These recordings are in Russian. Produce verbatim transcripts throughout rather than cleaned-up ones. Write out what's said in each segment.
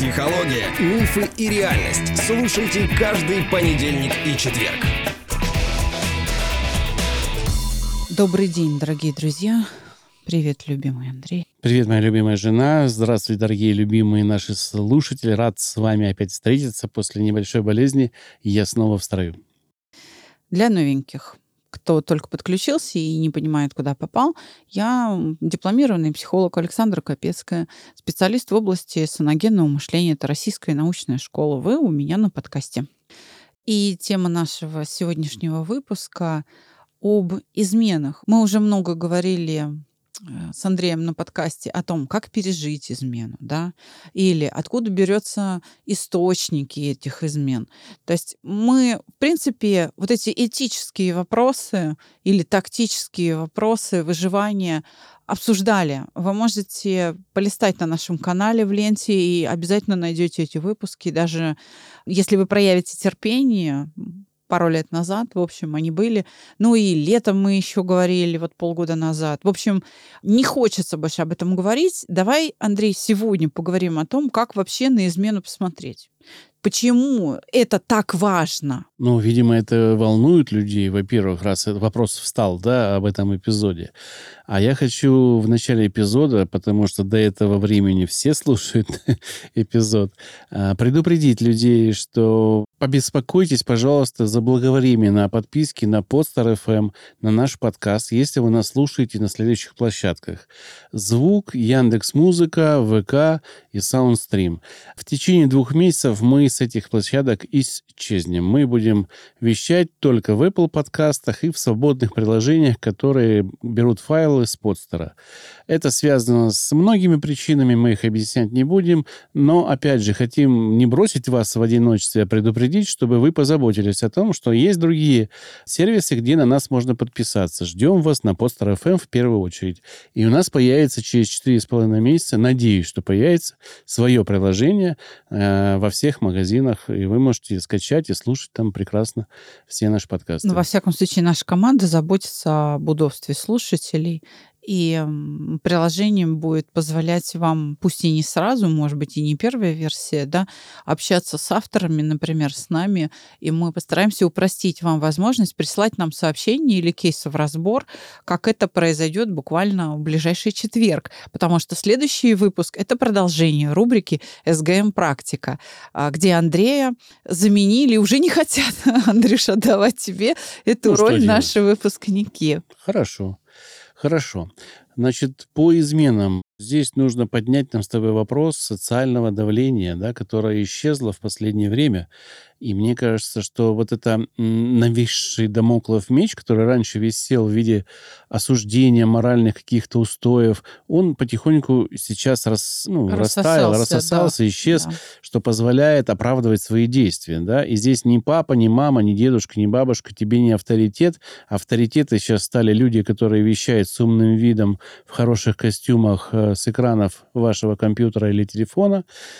Психология, мифы и реальность. Слушайте каждый понедельник и четверг. Добрый день, дорогие друзья. Привет, любимый Андрей. Привет, моя любимая жена. Здравствуйте, дорогие любимые наши слушатели. Рад с вами опять встретиться после небольшой болезни. Я снова в строю. Для новеньких, кто только подключился и не понимает, куда попал, я дипломированный психолог Александра Капецкая, специалист в области саногенного мышления. Это Российская научная школа. Вы у меня на подкасте. И тема нашего сегодняшнего выпуска об изменах. Мы уже много говорили с Андреем на подкасте о том, как пережить измену, да, или откуда берется источники этих измен. То есть мы, в принципе, вот эти этические вопросы или тактические вопросы выживания обсуждали. Вы можете полистать на нашем канале в ленте и обязательно найдете эти выпуски. Даже если вы проявите терпение, пару лет назад, в общем, они были. Ну и летом мы еще говорили, вот полгода назад. В общем, не хочется больше об этом говорить. Давай, Андрей, сегодня поговорим о том, как вообще на измену посмотреть. Почему это так важно? Ну, видимо, это волнует людей, во-первых, раз этот вопрос встал, да, об этом эпизоде. А я хочу в начале эпизода, потому что до этого времени все слушают эпизод, предупредить людей, что побеспокойтесь, пожалуйста, заблаговременно о подписке на Podster эф эм, на наш подкаст, если вы нас слушаете на следующих площадках. Звук, Яндекс.Музыка, ВК и Саундстрим. В течение двух месяцев мы с этих площадок исчезнем. Мы будем вещать только в Apple подкастах и в свободных приложениях, которые берут файлы с подстера. Это связано с многими причинами, мы их объяснять не будем, но, опять же, хотим не бросить вас в одиночестве, а предупредить, чтобы вы позаботились о том, что есть другие сервисы, где на нас можно подписаться. Ждем вас на Podster эф эм в первую очередь. И у нас появится через четыре с половиной месяца, надеюсь, что появится свое приложение э, во всех магазинах, и вы можете скачать и слушать там прекрасно все наши подкасты. Ну, во всяком случае, наша команда заботится об удобстве слушателей, и приложением будет позволять вам, пусть и не сразу, может быть, и не первая версия, да, общаться с авторами, например, с нами, и мы постараемся упростить вам возможность прислать нам сообщение или кейсов разбор, как это произойдет буквально в ближайший четверг, потому что следующий выпуск — это продолжение рубрики «эс гэ эм Практика», где Андрея заменили, уже не хотят, Андрюша, отдавать тебе эту Ну, роль наши выпускники. Хорошо. Хорошо. Значит, по изменам. Здесь нужно поднять нам с тобой вопрос социального давления, да, которое исчезло в последнее время. И мне кажется, что вот это нависший дамоклов меч, который раньше висел в виде осуждения моральных каких-то устоев, он потихоньку сейчас рас, ну, растаял, рассосался, да, исчез, да. Что позволяет оправдывать свои действия. Да? И здесь ни папа, ни мама, ни дедушка, ни бабушка тебе не авторитет. Авторитеты сейчас стали люди, которые вещают с умным видом в хороших костюмах с экранов вашего компьютера или телефона.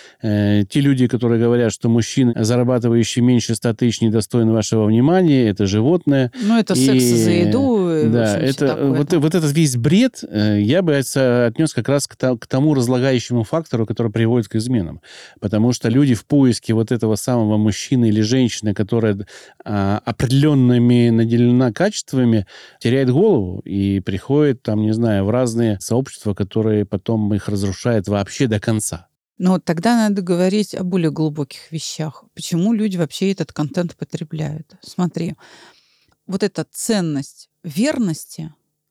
Э, те люди, которые говорят, что мужчины, зарабатывающие меньше ста тысяч, недостойны вашего внимания, это животное. Ну, это и, секс за еду. Да, это, вот, вот этот весь бред э, я бы отнес как раз к, к тому разлагающему фактору, который приводит к изменам. Потому что люди в поиске вот этого самого мужчины или женщины, которая а, определенными наделена качествами, теряет голову и приходит, там, не знаю, в разные сообщества, которые потом их разрушают вообще до конца. Но тогда надо говорить о более глубоких вещах. Почему люди вообще этот контент потребляют? Смотри, вот эта ценность верности,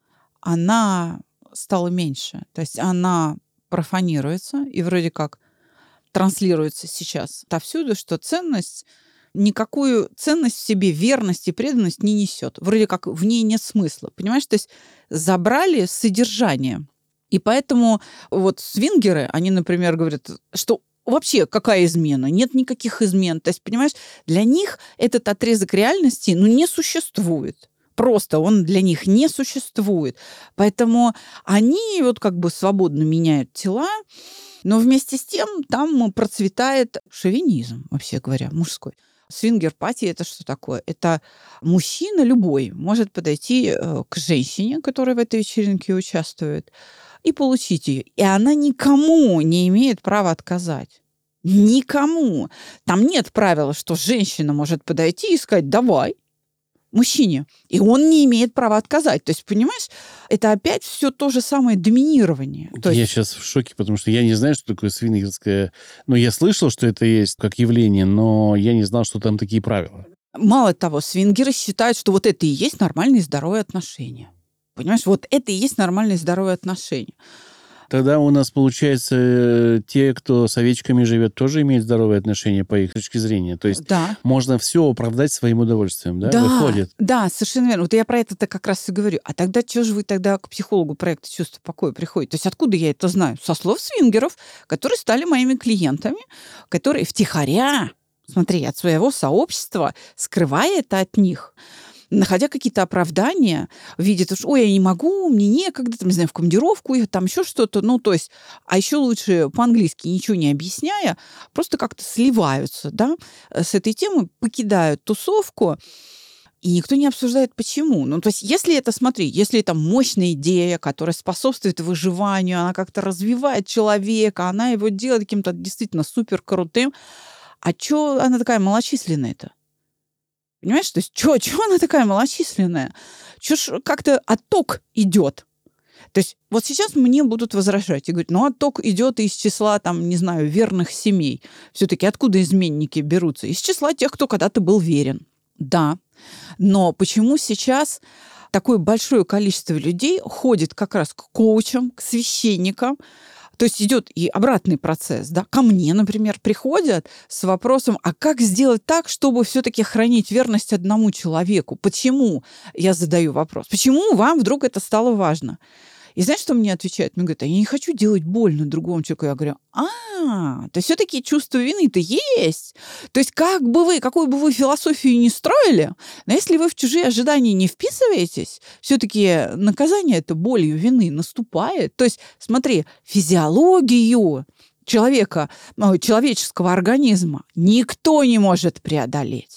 она стала меньше. То есть она профанируется и вроде как транслируется сейчас отовсюду, что ценность, никакую ценность в себе верность и преданность не несет. Вроде как в ней нет смысла. Понимаешь? То есть забрали содержание. И поэтому вот свингеры, они, например, говорят, что вообще какая измена? Нет никаких измен. То есть, понимаешь, для них этот отрезок реальности, ну, не существует. Просто он для них не существует. Поэтому они вот как бы свободно меняют тела, но вместе с тем там процветает шовинизм, вообще говоря, мужской. Свингер-пати — это что такое? Это мужчина любой может подойти к женщине, которая в этой вечеринке участвует, и получить ее. И она никому не имеет права отказать. Никому. Там нет правила, что женщина может подойти и сказать «давай» мужчине. И он не имеет права отказать. То есть, понимаешь, это опять все то же самое доминирование. То Я есть... сейчас в шоке, потому что я не знаю, что такое свингерское... Ну, я слышал, что это есть как явление, но я не знал, что там такие правила. Мало того, свингеры считают, что вот это и есть нормальные здоровые отношения. Понимаешь, вот это и есть нормальные здоровые отношения. Тогда у нас, получается, те, кто с овечками живет, тоже имеют здоровые отношения по их точке зрения. То есть Да. можно все оправдать своим удовольствием, да? Да, Выходит. да, совершенно верно. Вот я про это как раз и говорю. А тогда что же вы тогда к психологу проекта «Чувство покоя» приходите? То есть откуда я это знаю? Со слов свингеров, которые стали моими клиентами, которые втихаря, смотри, от своего сообщества, скрывая это от них, находя какие-то оправдания в виде того, что ой, я не могу, мне некогда, там, не знаю, в командировку, там еще что-то. Ну, то есть, а еще лучше по-английски, ничего не объясняя, просто как-то сливаются, да, с этой темы, покидают тусовку, и никто не обсуждает, почему. Ну, то есть, если это, смотри, если это мощная идея, которая способствует выживанию, она как-то развивает человека, она его делает каким-то действительно супер крутым, а чё она такая малочисленная-то? Понимаешь, то есть, что она такая малочисленная? Чё ж как-то отток идет? То есть, вот сейчас мне будут возражать и говорить, ну, отток идет из числа, там, не знаю, верных семей. Все-таки откуда изменники берутся? Из числа тех, кто когда-то был верен. Да. Но почему сейчас такое большое количество людей ходит как раз к коучам, к священникам? То есть идет и обратный процесс. Да? Ко мне, например, приходят с вопросом, а как сделать так, чтобы все-таки хранить верность одному человеку? Почему? Я задаю вопрос. Почему вам вдруг это стало важно? И знаешь, что мне отвечают? Мне говорят, а я не хочу делать больно другому человеку. Я говорю, а, то все-таки чувство вины-то есть. То есть как бы вы, какую бы вы философию ни строили, но если вы в чужие ожидания не вписываетесь, все-таки наказание это болью вины наступает. То есть смотри, физиологию человека, человеческого организма никто не может преодолеть.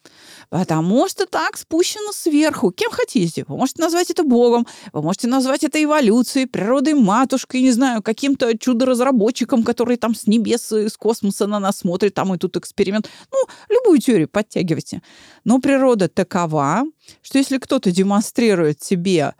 Потому что так спущено сверху. Кем хотите. Вы можете назвать это Богом, вы можете назвать это эволюцией, природой матушкой, не знаю, каким-то чудо-разработчиком, который там с небес, с космоса на нас смотрит, там и тут эксперимент. Ну, любую теорию подтягивайте. Но природа такова, что если кто-то демонстрирует себе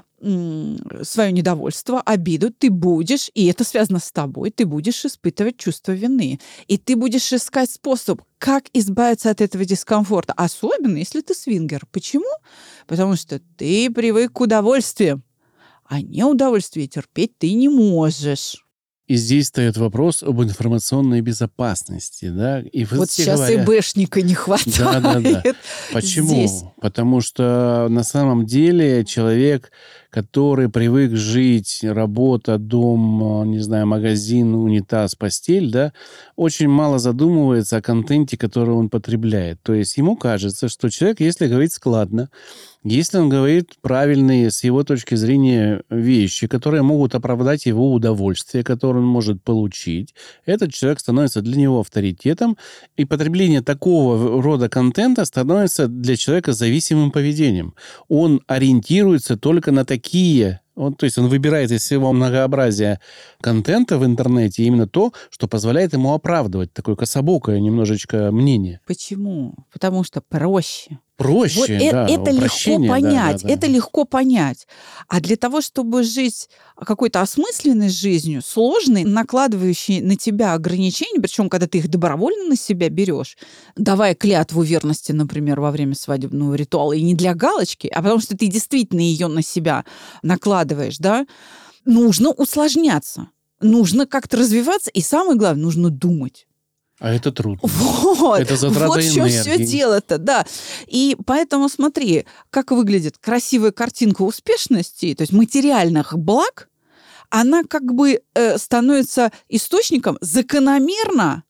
свое недовольство, обиду, ты будешь, и это связано с тобой, ты будешь испытывать чувство вины. И ты будешь искать способ, как избавиться от этого дискомфорта. Особенно, если ты свингер. Почему? Потому что ты привык к удовольствию, а неудовольствие терпеть ты не можешь. И здесь стоит вопрос об информационной безопасности, да? И вот сейчас говоря... и бэшника не хватает. Да, да, да. Почему? Здесь. Потому что на самом деле человек, который привык жить, работа, дом, не знаю, магазин, унитаз, постель, да, очень мало задумывается о контенте, который он потребляет. То есть ему кажется, что человек, если говорит складно, если он говорит правильные с его точки зрения вещи, которые могут оправдать его удовольствие, которое он может получить, этот человек становится для него авторитетом, и потребление такого рода контента становится для человека зависимым поведением. Он ориентируется только на такие... Он, то есть он выбирает из всего многообразия контента в интернете именно то, что позволяет ему оправдывать такое кособокое немножечко мнение. Почему? Потому что проще. Проще, вот да, это легко понять, да, да, да. это легко понять. А для того, чтобы жить какой-то осмысленной жизнью, сложной, накладывающей на тебя ограничения, причем когда ты их добровольно на себя берешь, давая клятву верности, например, во время свадебного ритуала, и не для галочки, а потому что ты действительно ее на себя накладываешь, да, нужно усложняться, нужно как-то развиваться, и самое главное, нужно думать. А это трудно. Вот, это затрата вот энергии. Вот все дело-то, да. И поэтому смотри, как выглядит красивая картинка успешности, то есть материальных благ, она как бы э, становится источником закономерно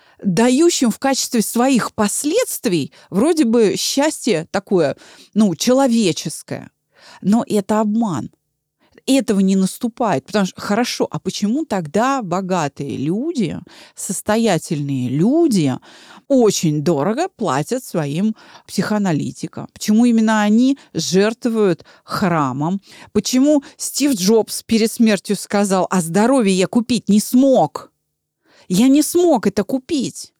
дающим в качестве своих последствий вроде бы счастье такое, ну, человеческое. Но это обман. Этого не наступает. Потому что, хорошо, а почему тогда богатые люди, состоятельные люди очень дорого платят своим психоаналитикам? Почему именно они жертвуют храмом? Почему Стив Джобс перед смертью сказал, а здоровье я купить не смог? Я не смог это купить.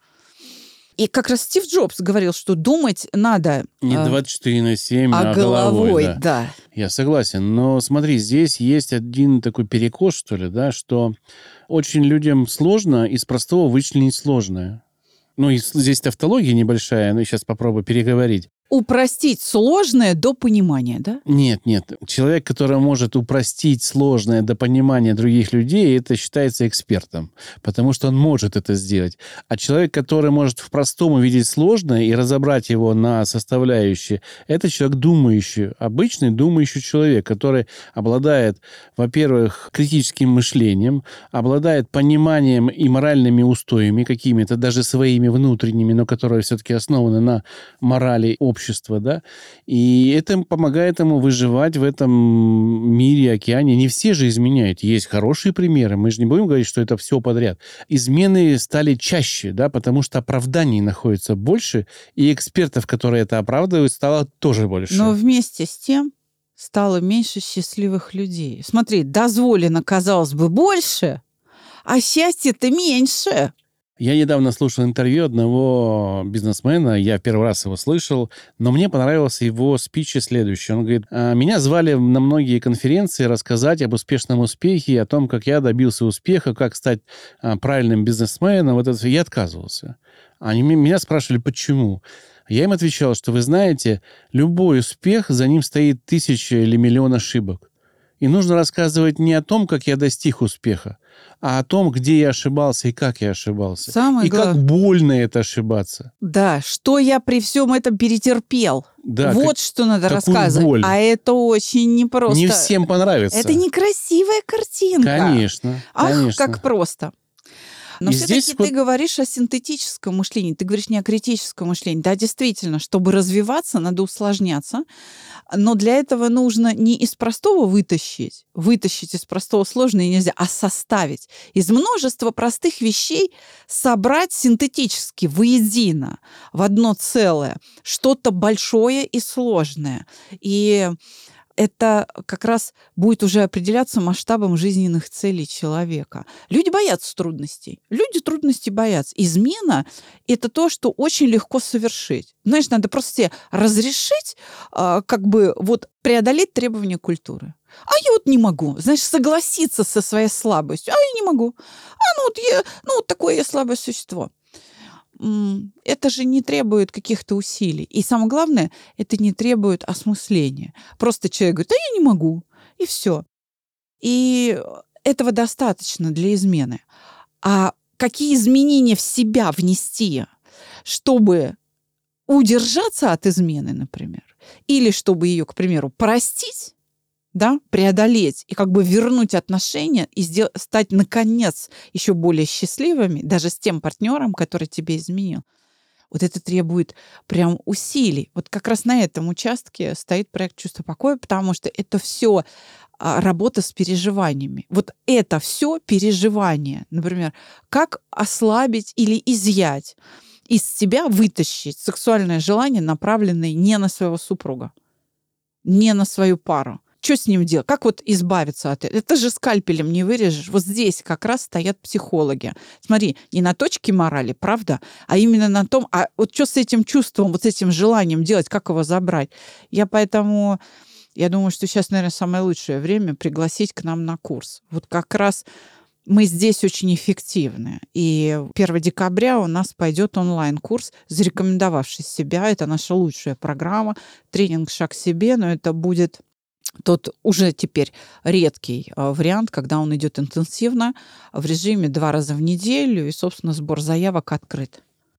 И как раз Стив Джобс говорил, что думать надо... Не э, двадцать четыре на семь, а а головой, головой. Да. да. Я согласен. Но смотри, здесь есть один такой перекос, что ли, да, что очень людям сложно из простого вычленить сложное. Ну, и здесь тавтология небольшая, но я сейчас попробую переговорить. Упростить сложное до понимания, да? Нет, нет. Человек, который может упростить сложное до понимания других людей, это считается экспертом, потому что он может это сделать. А человек, который может в простом увидеть сложное и разобрать его на составляющие, это человек думающий, обычный думающий человек, который обладает, во-первых, критическим мышлением, обладает пониманием и моральными устоями какими-то, даже своими внутренними, но которые все-таки основаны на морали общества. Да? И это помогает ему выживать в этом мире, океане. Не все же изменяют. Есть хорошие примеры. Мы же не будем говорить, что это все подряд. Измены стали чаще, да, потому что оправданий находится больше, и экспертов, которые это оправдывают, стало тоже больше. Но вместе с тем стало меньше счастливых людей. Смотри, дозволено, казалось бы, больше, а счастья-то меньше. Я недавно слушал интервью одного бизнесмена, я первый раз его слышал, но мне понравился его спич следующий. Он говорит, меня звали на многие конференции рассказать об успешном успехе, о том, как я добился успеха, как стать правильным бизнесменом. Вот это я отказывался. Они меня спрашивали, почему. Я им отвечал, что вы знаете, любой успех, за ним стоит тысяча или миллион ошибок. И нужно рассказывать не о том, как я достиг успеха, а о том, где я ошибался и как я ошибался. Самое и глав... как больно это ошибаться. Да, что я при всем этом перетерпел. Да, вот как, что надо какую рассказывать. боль. А это очень непросто. Не всем понравится. Это некрасивая картинка. Конечно, Ах, конечно. как просто. Но И все-таки здесь ты вот... говоришь о синтетическом мышлении, ты говоришь не о критическом мышлении. Да, действительно, чтобы развиваться, надо усложняться. Но для этого нужно не из простого вытащить, вытащить из простого сложное нельзя, а составить. Из множества простых вещей собрать синтетически, воедино, в одно целое, что-то большое и сложное. И это как раз будет уже определяться масштабом жизненных целей человека. Люди боятся трудностей. Люди трудностей боятся. Измена – это то, что очень легко совершить. Знаешь, надо просто себе разрешить, как бы вот преодолеть требования культуры. А я вот не могу, знаешь, согласиться со своей слабостью. А я не могу. А ну вот, я, ну вот такое я слабое существо. Это же не требует каких-то усилий. И самое главное, это не требует осмысления. Просто человек говорит, а я не могу. И все. И этого достаточно для измены. А какие изменения в себя внести, чтобы удержаться от измены, например, или чтобы ее, к примеру, простить, да, преодолеть и как бы вернуть отношения и сделать, стать, наконец, еще более счастливыми, даже с тем партнером, который тебе изменил. Вот это требует прям усилий. Вот как раз на этом участке стоит проект «Чувство покоя», потому что это все работа с переживаниями. Вот это все переживания. Например, как ослабить или изъять, из себя вытащить сексуальное желание, направленное не на своего супруга, не на свою пару. Что с ним делать? Как вот избавиться от этого? Это же скальпелем не вырежешь. Вот здесь как раз стоят психологи. Смотри, не на точке морали, правда, а именно на том, а вот что с этим чувством, вот с этим желанием делать, как его забрать. Я поэтому, я думаю, что сейчас, наверное, самое лучшее время пригласить к нам на курс. Вот как раз мы здесь очень эффективны. И первого декабря у нас пойдет онлайн-курс, зарекомендовавший себя. Это наша лучшая программа. Тренинг «Шаг к себе», но это будет... Тот уже теперь редкий вариант, когда он идет интенсивно, в режиме два раза в неделю, и, собственно, сбор заявок открыт.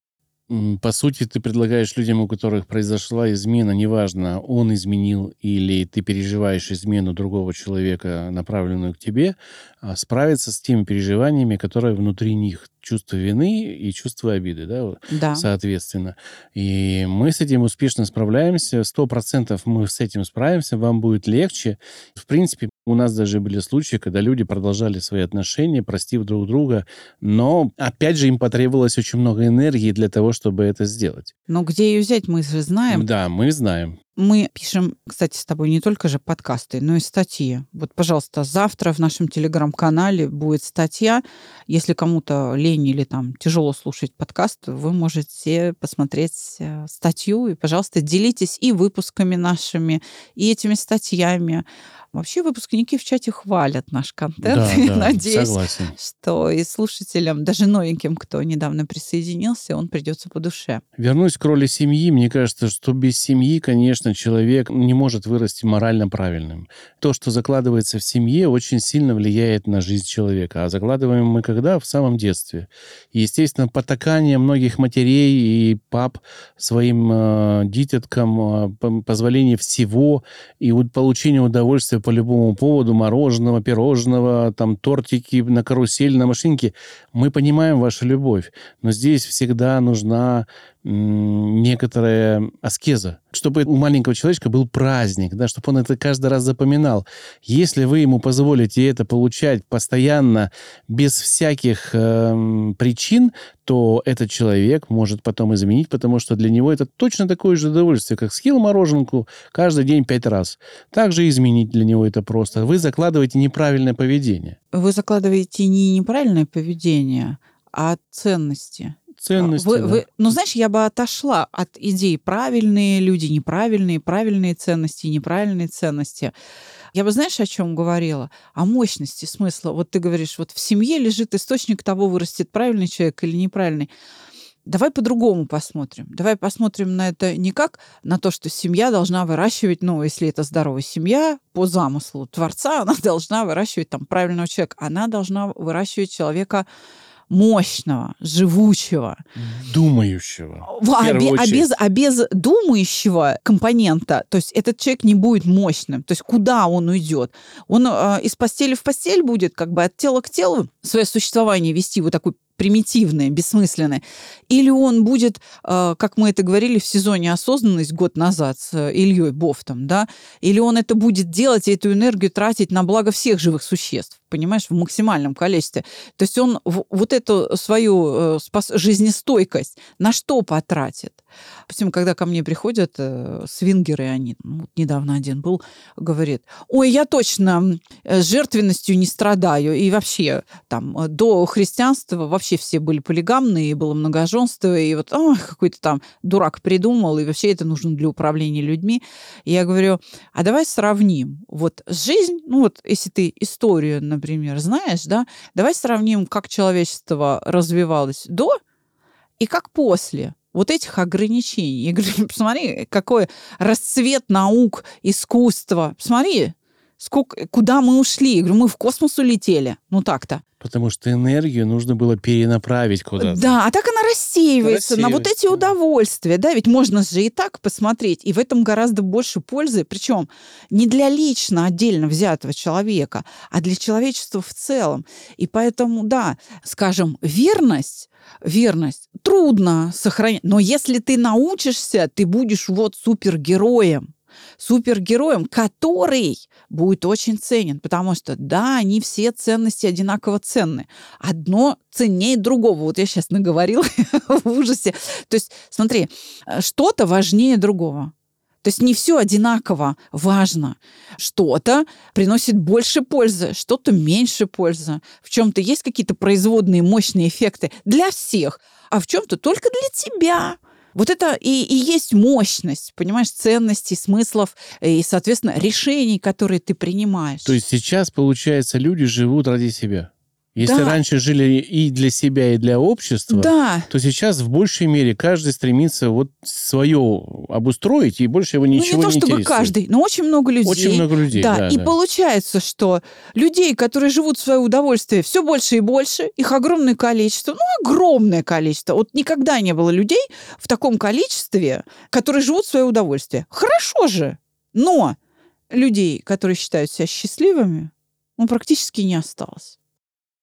По сути, ты предлагаешь людям, у которых произошла измена, неважно, он изменил или ты переживаешь измену другого человека, направленную к тебе, справиться с теми переживаниями, которые внутри них. Чувство вины и чувство обиды, да, Да. соответственно. И мы с этим успешно справляемся. Сто процентов мы с этим справимся, вам будет легче. В принципе, у нас даже были случаи, когда люди продолжали свои отношения, простив друг друга, но, опять же, им потребовалось очень много энергии для того, чтобы это сделать. Но где ее взять, мы же знаем. Да, мы знаем. Мы пишем, кстати, с тобой не только же подкасты, но и статьи. Вот, пожалуйста, завтра в нашем телеграм-канале будет статья. Если кому-то лень или там тяжело слушать подкаст, вы можете посмотреть статью. И, пожалуйста, делитесь и выпусками нашими, и этими статьями. Вообще выпускники в чате хвалят наш контент. Да, И да, надеюсь, согласен. что и слушателям, даже новеньким, кто недавно присоединился, он придется по душе. Вернусь к роли семьи. Мне кажется, что без семьи, конечно, человек не может вырасти морально правильным. То, что закладывается в семье, очень сильно влияет на жизнь человека. А закладываем мы когда? В самом детстве. И, естественно, потакание многих матерей и пап своим э, дитяткам, э, позволение всего и у- получение удовольствия по любому поводу, мороженого, пирожного, там, тортики на карусель, на машинке. Мы понимаем вашу любовь, но здесь всегда нужна м, некоторая аскеза, чтобы у маленького человечка был праздник, да, чтобы он это каждый раз запоминал. Если вы ему позволите это получать постоянно, без всяких эм, причин, то этот человек может потом изменить, потому что для него это точно такое же удовольствие, как съел мороженку каждый день пять раз. Также изменить для него это просто. Вы закладываете неправильное поведение. Вы закладываете не неправильное поведение, а ценности. Ценности, Вы, да. вы, ну, знаешь, я бы отошла от идей правильные люди, неправильные, правильные ценности, неправильные ценности. Я бы, знаешь, о чем говорила? О мощности смысла. Вот ты говоришь, вот в семье лежит источник того, вырастет правильный человек или неправильный. Давай по-другому посмотрим. Давай посмотрим на это не как на то, что семья должна выращивать, ну, если это здоровая семья, по замыслу Творца, она должна выращивать там правильного человека. Она должна выращивать человека мощного, живучего. Думающего. В- В А, первую бе- а очередь. без, а без думающего компонента, то есть этот человек не будет мощным. То есть куда он уйдет? Он э, из постели в постель будет, как бы от тела к телу свое существование вести вот такой примитивное, бессмысленное. Или он будет, э, как мы это говорили в сезоне «Осознанность» год назад с э, Ильей Бофтом, да, или он это будет делать и эту энергию тратить на благо всех живых существ, понимаешь, в максимальном количестве. То есть он в- вот эту свою э, спас- жизнестойкость на что потратит? Допустим, когда ко мне приходят э, свингеры, они, ну, вот недавно один был, говорит, ой, я точно э, жертвенностью не страдаю, и вообще там э, до христианства вообще все были полигамные, и было многоженство, и вот ой, какой-то там дурак придумал, и вообще это нужно для управления людьми. И я говорю, а давай сравним вот жизнь, ну вот если ты историю, например, знаешь, да, давай сравним, как человечество развивалось до и как после вот этих ограничений. Я говорю, посмотри, какой расцвет наук, искусства. Посмотри, сколько, куда мы ушли. Я говорю, мы в космос улетели. Ну так-то. Потому что энергию нужно было перенаправить куда-то. Да, а так она рассеивается на вот эти Рассеивается, да. удовольствия. Да, ведь можно же и так посмотреть. И в этом гораздо больше пользы. Причем не для лично отдельно взятого человека, а для человечества в целом. И поэтому, да, скажем, верность, верность трудно сохранять. Но если ты научишься, ты будешь вот супергероем. Супергероем, который будет очень ценен, потому что, да, не все ценности одинаково ценны. Одно ценнее другого. Вот я сейчас наговорила в ужасе. То есть, смотри, что-то важнее другого. То есть не все одинаково важно. Что-то приносит больше пользы, что-то меньше пользы. В чем-то есть какие-то производные мощные эффекты для всех, а в чем-то только для тебя. Вот это и, и есть мощность, понимаешь, ценностей, смыслов и, соответственно, решений, которые ты принимаешь. То есть сейчас, получается, люди живут ради себя. Если Да. раньше жили и для себя, и для общества, Да. то сейчас в большей мере каждый стремится вот свое обустроить, и больше его ничего ну, не то не чтобы интересует. каждый, но очень много людей. Очень много людей, да, и да. получается, что людей, которые живут в свое удовольствие, все больше и больше, их огромное количество, ну, огромное количество. Вот никогда не было людей в таком количестве, которые живут в свое удовольствие. Хорошо же, но людей, которые считают себя счастливыми, ну, практически не осталось.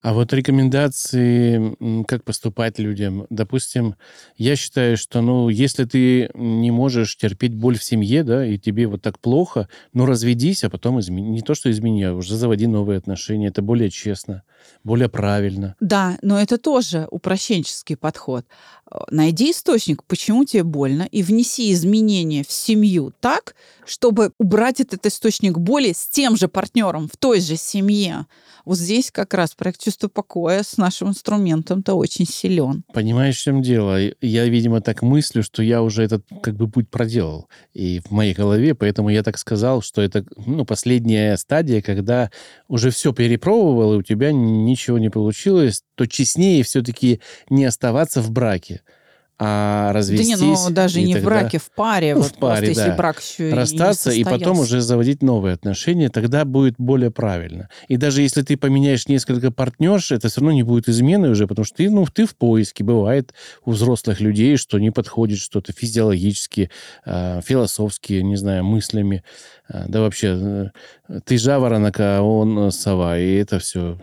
А вот рекомендации, м, как поступать людям. Допустим, я считаю, что, ну, если ты не можешь терпеть боль в семье, да, и тебе вот так плохо, ну, разведись, а потом измени. Не то, что измени, а уже заводи новые отношения. Это более честно, более правильно. Да, но это тоже упрощенческий подход. Э, Найди источник, почему тебе больно, и внеси изменения в семью так, чтобы убрать этот источник боли с тем же партнером в той же семье. Вот здесь как раз проект «Чувство покоя» с нашим инструментом-то очень силен. Понимаешь, в чем дело? Я, видимо, так мыслю, что я уже этот как бы путь проделал и в моей голове, поэтому я так сказал, что это, ну, последняя стадия, когда уже все перепробовал, и у тебя ничего не получилось, то честнее все-таки не оставаться в браке, а Да развестись. не, ну даже и не в тогда- браке, в паре. Ну, вот в паре, просто если да. брак еще и не расстаться и потом состоялся. уже заводить новые отношения, тогда будет более правильно. И даже если ты поменяешь несколько партнерш, это все равно не будет измены уже, потому что ты, ну, ты в поиске. Бывает у взрослых людей, что не подходит что-то физиологически, э, философски, не знаю, мыслями. Э, да вообще, э, ты жаворонок, а он э, сова, и это все.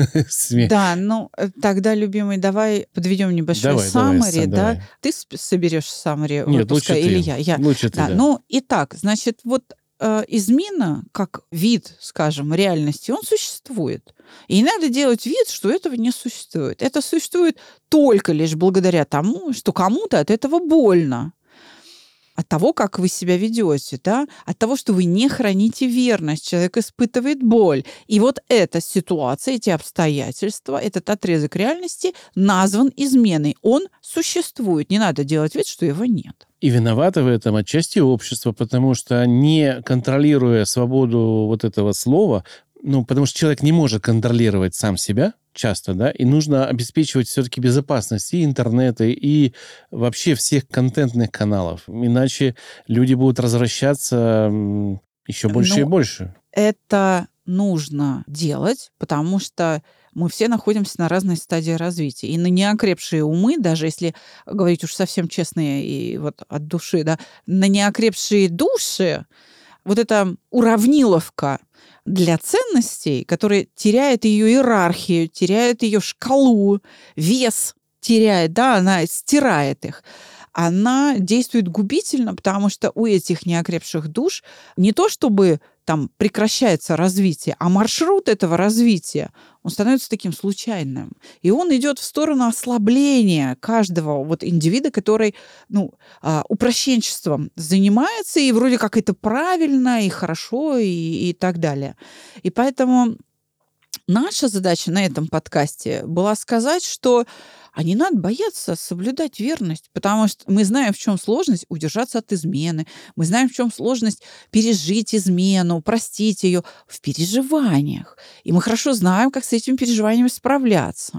Да, ну э, тогда, любимый, давай подведем небольшой Давай, давай, саммари, Сань, да? давай. Ты сп- соберешь саммари Нет, выпуска лучше или ты. я? Я. Лучше ты, Да, да. ну и так, значит, вот э, измена как вид, скажем, реальности, он существует. И не надо делать вид, что этого не существует. Это существует только лишь благодаря тому, что кому-то от этого больно. От того, как вы себя ведете, да? От того, что вы не храните верность, человек испытывает боль. И вот эта ситуация, эти обстоятельства, этот отрезок реальности назван изменой. Он существует. Не надо делать вид, что его нет. И виновато в этом отчасти общество, потому что, не контролируя свободу вот этого слова, ну, потому что человек не может контролировать сам себя часто, да, и нужно обеспечивать все-таки безопасность и интернета, и вообще всех контентных каналов. Иначе люди будут возвращаться м, еще больше и Ну, больше. Это нужно делать, потому что мы все находимся на разной стадии развития. И на неокрепшие умы, даже если говорить уж совсем честно и вот от души, да, на неокрепшие души вот эта уравниловка для ценностей, которая теряет ее иерархию, теряет ее шкалу, вес теряет, да, она стирает их, она действует губительно, потому что у этих неокрепших душ не то чтобы там прекращается развитие, а маршрут этого развития, он становится таким случайным. И он идет в сторону ослабления каждого вот индивида, который, ну, а, упрощенчеством занимается, и вроде как это правильно, и хорошо, и, и так далее. И поэтому наша задача на этом подкасте была сказать, что а не надо бояться соблюдать верность, потому что мы знаем, в чем сложность удержаться от измены, мы знаем, в чем сложность пережить измену, простить ее в переживаниях. И мы хорошо знаем, как с этими переживаниями справляться.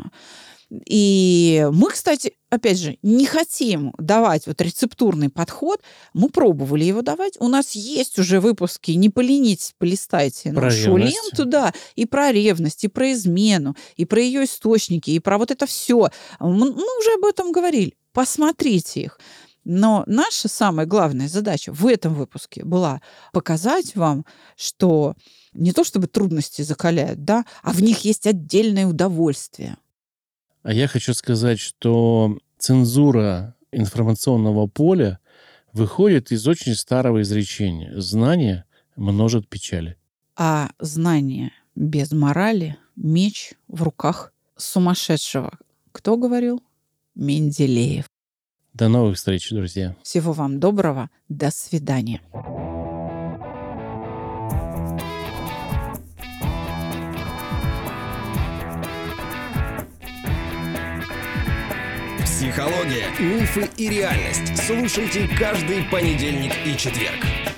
И мы, кстати, опять же, не хотим давать вот рецептурный подход. Мы пробовали его давать. У нас есть уже выпуски, не поленитесь, полистайте Про нашу ревность. ленту, да, и про ревность, и про измену, и про ее источники, и про вот это все. Мы уже об этом говорили. Посмотрите их. Но наша самая главная задача в этом выпуске была показать вам, что не то чтобы трудности закаляют, да, а в них есть отдельное удовольствие. А я хочу сказать, что цензура информационного поля выходит из очень старого изречения. Знание множит печали. А знание без морали – меч в руках сумасшедшего. Кто говорил? Менделеев. До новых встреч, друзья. Всего вам доброго. До свидания. Психология, мифы и реальность. Слушайте каждый понедельник и четверг.